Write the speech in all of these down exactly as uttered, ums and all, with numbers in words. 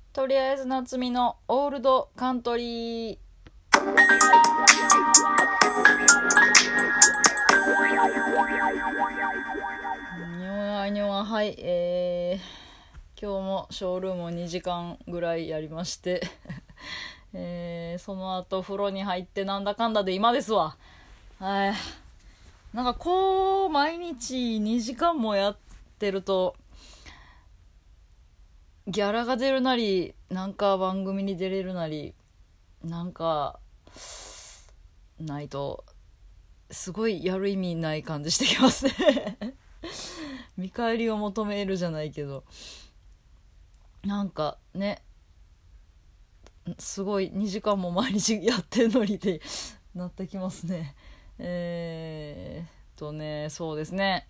とりあえず夏美のオールドカントリー。にょわにょわ、はい、えー、今日もショールームをにじかんぐらいやりまして、えー、その後風呂に入ってなんだかんだで今ですわ。はい、なんかこう毎日にじかんもやってるとギャラが出るなり、なんか番組に出れるなり、なんかないとすごいやる意味ない感じしてきますね見返りを求めるじゃないけど、なんかね、すごいにじかんも毎日やってんのにってなってきますね。えーっとねそうですね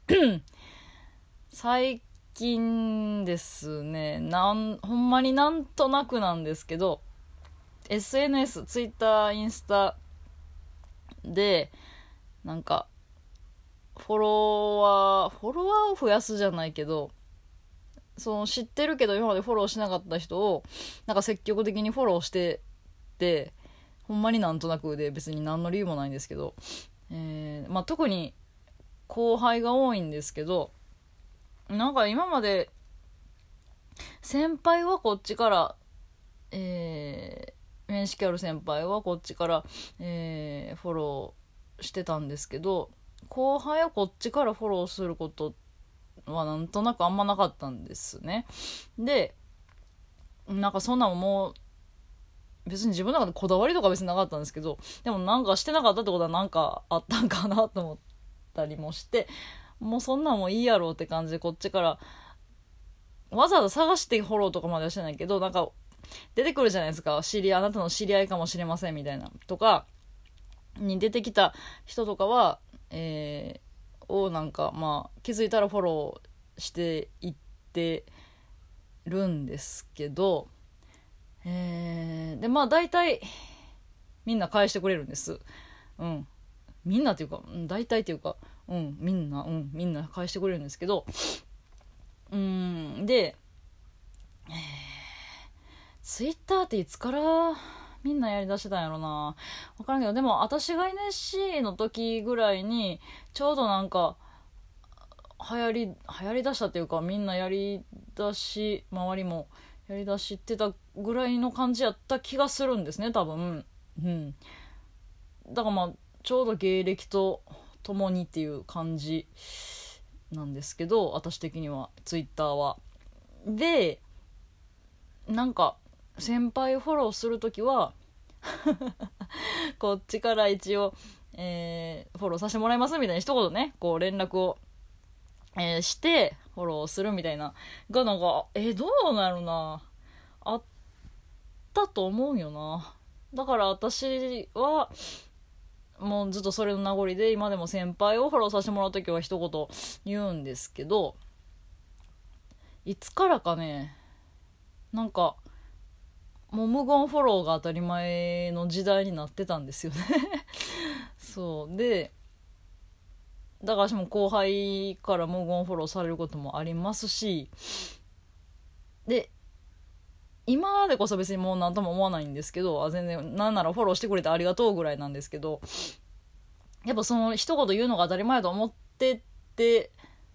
最近ですね、なんほんまになんとなくなんですけど、 エスエヌエス、ツイッター、インスタでなんかフォロワーフォロワーを増やすじゃないけど、その知ってるけど今までフォローしなかった人をなんか積極的にフォローしてて、ほんまになんとなくで別に何の理由もないんですけど、えーまあ、特に後輩が多いんですけど、なんか今まで先輩はこっちから、えー、面識ある先輩はこっちから、えー、フォローしてたんですけど、後輩はこっちからフォローすることはなんとなくあんまなかったんですね。で、なんかそんなのもう別に自分の中でこだわりとか別になかったんですけど、でもなんかしてなかったってことはなんかあったんかなと思ったりもして、もうそんなんもいいやろうって感じでこっちからわざわざ探してフォローとかまではしてないけど、なんか出てくるじゃないですか、知り合い、あなたの知り合いかもしれませんみたいなとかに出てきた人とかは、えー、をなんかまあ気づいたらフォローしていってるんですけど、えー、でまあ大体みんな返してくれるんです。うん、みんなっていうか大体っていうか、うんみんなうんみんな返してくれるんですけど、うーんで、えー、ツイッターっていつからみんなやりだしてたんやろな、分からんけど、でも私が エヌエスシー の時ぐらいにちょうどなんか流行り流行りだしたっていうか、みんなやりだし周りもやりだしてたぐらいの感じやった気がするんですね、多分。うん。だからまあちょうど芸歴とともにっていう感じなんですけど、私的にはツイッターは。で、なんか先輩フォローするときはこっちから一応、えー、フォローさせてもらいますみたいな一言ね、こう連絡を、えー、してフォローするみたいながなんか、えー、どうなるな、あったと思うよな。だから私はもうずっとそれの名残で今でも先輩をフォローさせてもらうときは一言言うんですけど、いつからかね、なんかもう無言フォローが当たり前の時代になってたんですよねそうで、だから私も後輩から無言フォローされることもありますし、で今でこそ別にもう何とも思わないんですけど、あ全然なんならフォローしてくれてありがとうぐらいなんですけど、やっぱその一言言うのが当たり前だと思ってて、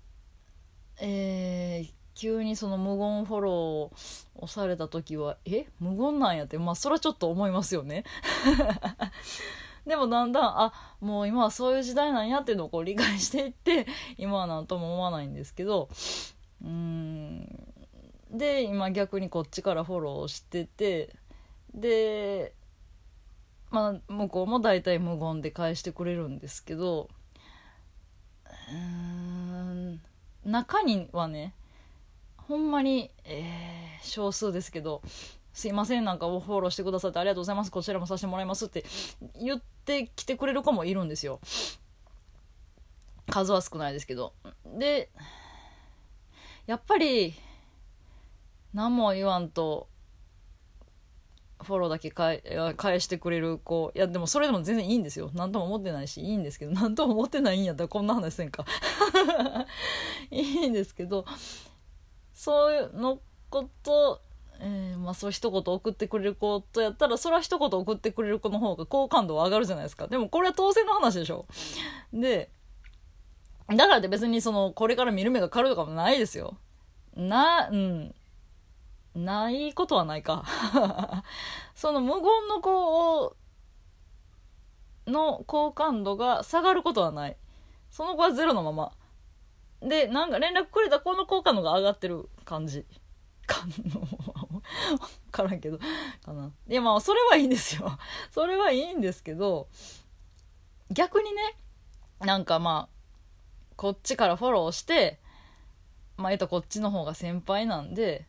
えー、急にその無言フォローをされた時はえ無言なんやって、まあそれはちょっと思いますよねでもだんだんあもう今はそういう時代なんやっていうのをこう理解していって、今は何とも思わないんですけど、うーんで今逆にこっちからフォローしてて、でまあ向こうも大体無言で返してくれるんですけど、うーん中にはね、ほんまに、えー、少数ですけど、すいませんなんかフォローしてくださってありがとうございます、こちらもさせてもらいますって言ってきてくれる子もいるんですよ。数は少ないですけど。でやっぱり何も言わんとフォローだけ返返してくれる子、いやでもそれでも全然いいんですよ、何とも思ってないしいいんですけど、何とも思ってないんやったらこんな話せんかいいんですけど、そういうのこと、えー、 まあそう一言送ってくれる子とやったら、それは一言送ってくれる子の方が好感度は上がるじゃないですか。でもこれは当然の話でしょ。で、だからって別にその、これから見る目が軽いとかもないですよ。な、うん。ないことはないか。その無言の子を、の好感度が下がることはない。その子はゼロのまま。で、なんか連絡くれた子の好感度が上がってる感じ。かの、わからんけど、かな。いやまあ、それはいいんですよ。それはいいんですけど、逆にね、なんかまあ、こっちからフォローして、まあ、えっと、こっちの方が先輩なんで、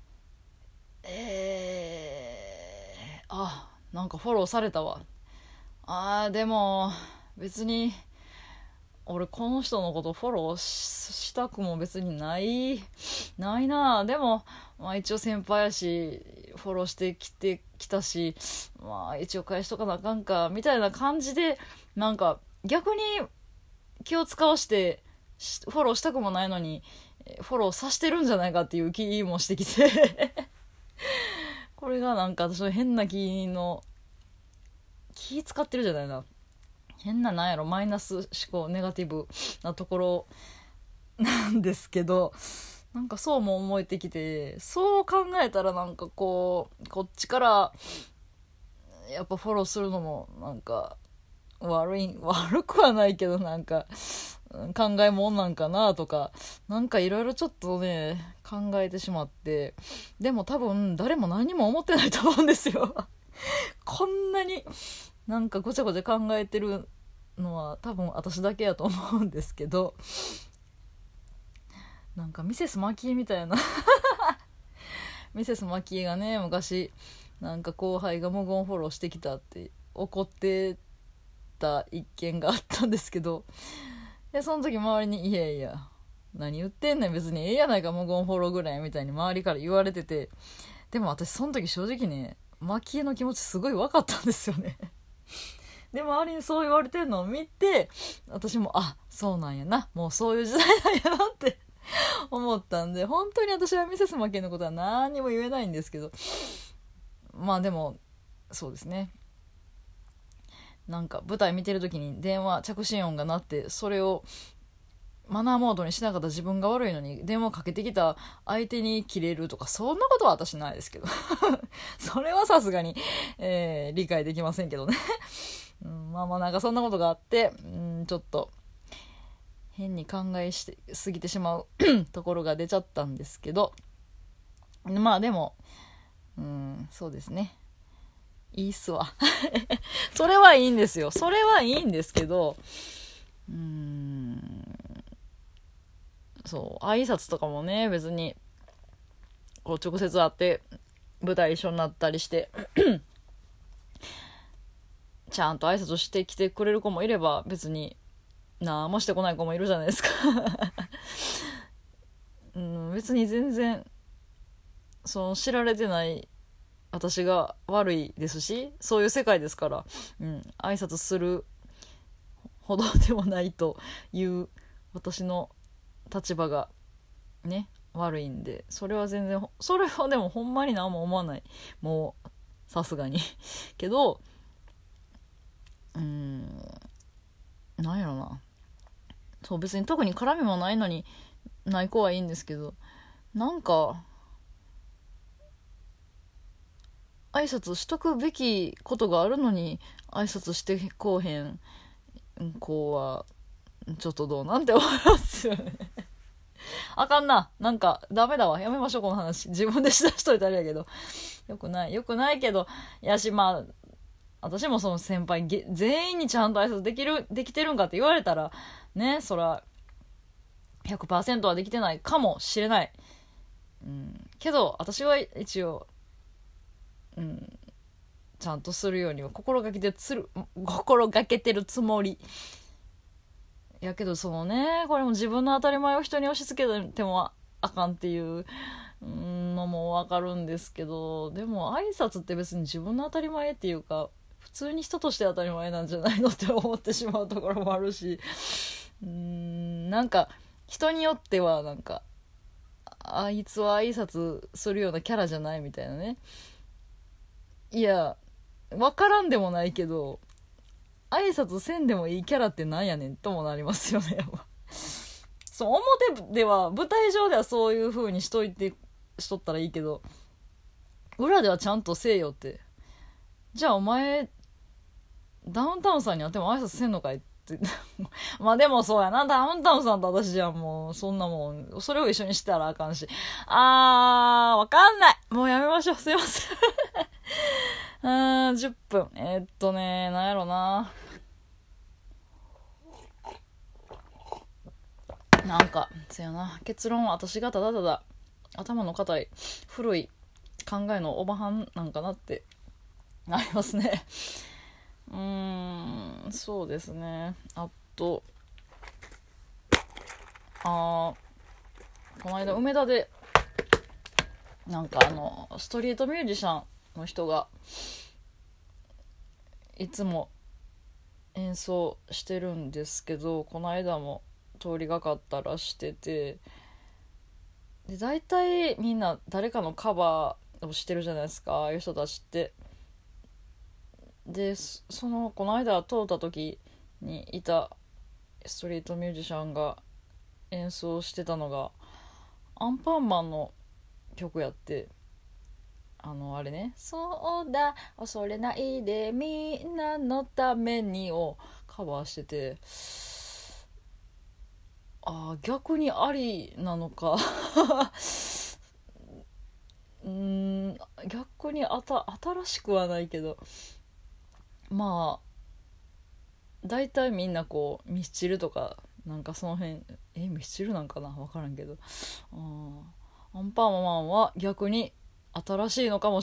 えー、あ、なんかフォローされたわ。あー、でも、別に、俺この人のことフォロー し, したくも別にないないな。でも、まあ、一応先輩やしフォローしてきてきたし、まあ一応返しとかなあかんかみたいな感じで、なんか逆に気を使わしてフォローしたくもないのにフォローさしてるんじゃないかっていう気もしてきてこれがなんか私の変な気の気使ってるじゃないな、変な、なんやろ、マイナス思考、ネガティブなところなんですけど、なんかそうも思えてきて、そう考えたらなんかこう、こっちからやっぱフォローするのもなんか悪い、悪くはないけど、なんか考えもんなんかなとか、なんかいろいろちょっとね考えてしまって、でも多分誰も何も思ってないと思うんですよこんなになんかごちゃごちゃ考えてるのは多分私だけやと思うんですけど、なんかミセスマキエみたいなミセスマキエがね、昔なんか後輩が無言フォローしてきたって怒ってた一件があったんですけど、でその時周りにいやいや何言ってんねん、別にええやないか無言フォローぐらいみたいに周りから言われてて、でも私その時正直ねマキエの気持ちすごい分かったんですよねで周りにそう言われてるのを見て、私もあそうなんやな、もうそういう時代なんやなって思ったんで、本当に私はミセスマキエのことは何にも言えないんですけど、まあでもそうですね、なんか舞台見てる時に電話着信音が鳴って、それをマナーモードにしなかった自分が悪いのに電話かけてきた相手に切れるとか、そんなことは私ないですけどそれはさすがに、えー、理解できませんけどねうん、まあまあなんかそんなことがあって、うん、ちょっと変に考えして過ぎてしまうところが出ちゃったんですけど、まあでも、うん、そうですね、いいっすわそれはいいんですよ、それはいいんですけど、うーん、そう挨拶とかもね、別にこう直接会って舞台一緒になったりしてちゃんと挨拶してきてくれる子もいれば、別に何もしてこない子もいるじゃないですか、うん、別に全然その知られてない私が悪いですし、そういう世界ですから、うん、挨拶するほどでもないという私の立場がね悪いんで、それは全然、それはでもほんまに何も思わない、もうさすがにけど、うーん、なんやろな、そう別に特に絡みもないのにない子はいいんですけど、なんか挨拶しとくべきことがあるのに挨拶してこうへん子はちょっとどうなんて思いますよねあかんな、なんかダメだわ、やめましょうこの話、自分でしだしといたらあれやけど、よくないよくないけど、やし、まあ私もその先輩全員にちゃんと挨拶できるできてるんかって言われたらね、そら ひゃくパーセント はできてないかもしれない、うん、けど私は一応、うん、ちゃんとするようには心がけてつる心がけてるつもりやけど、そのね、これも自分の当たり前を人に押し付けてもあかんっていうのもわかるんですけど、でも挨拶って別に自分の当たり前っていうか普通に人として当たり前なんじゃないのって思ってしまうところもあるし、うーん、なんか人によってはなんかあいつは挨拶するようなキャラじゃないみたいなね。いや分からんでもないけど、挨拶せんでもいいキャラってなんやねんともなりますよね。そう、表では舞台上ではそういう風にしといてしとったらいいけど、裏ではちゃんとせえよって。じゃあお前ダウンタウンさんに会っても挨拶せんのかいってまあでもそうやな、ダウンタウンさんと私じゃもうそんなもん、それを一緒にしたらあかんし、あーわかんない、もうやめましょう、すいませんあーじゅっぷん、えー、っとねなんやろな、なんかそやな、結論は私がただただ頭の固い古い考えのおばはんなんかなってなりますね。うーん、そうですね。あと、あー、この間梅田で、なんかあの、ストリートミュージシャンの人が、いつも演奏してるんですけど、この間も通りがかったらしてて、で、大体みんな誰かのカバーをしてるじゃないですか、ああいう人たちって。で、その、この間通った時にいたストリートミュージシャンが演奏してたのがアンパンマンの曲やって、あのあれね、そうだ恐れないでみんなのためにをカバーしてて、あー逆にありなのかうーん、逆にあた新しくはないけど、まあ大体みんなこうミスチルとかなんかその辺、えミスチルなんかな分からんけど、あアンパンマンは逆に新しいのかも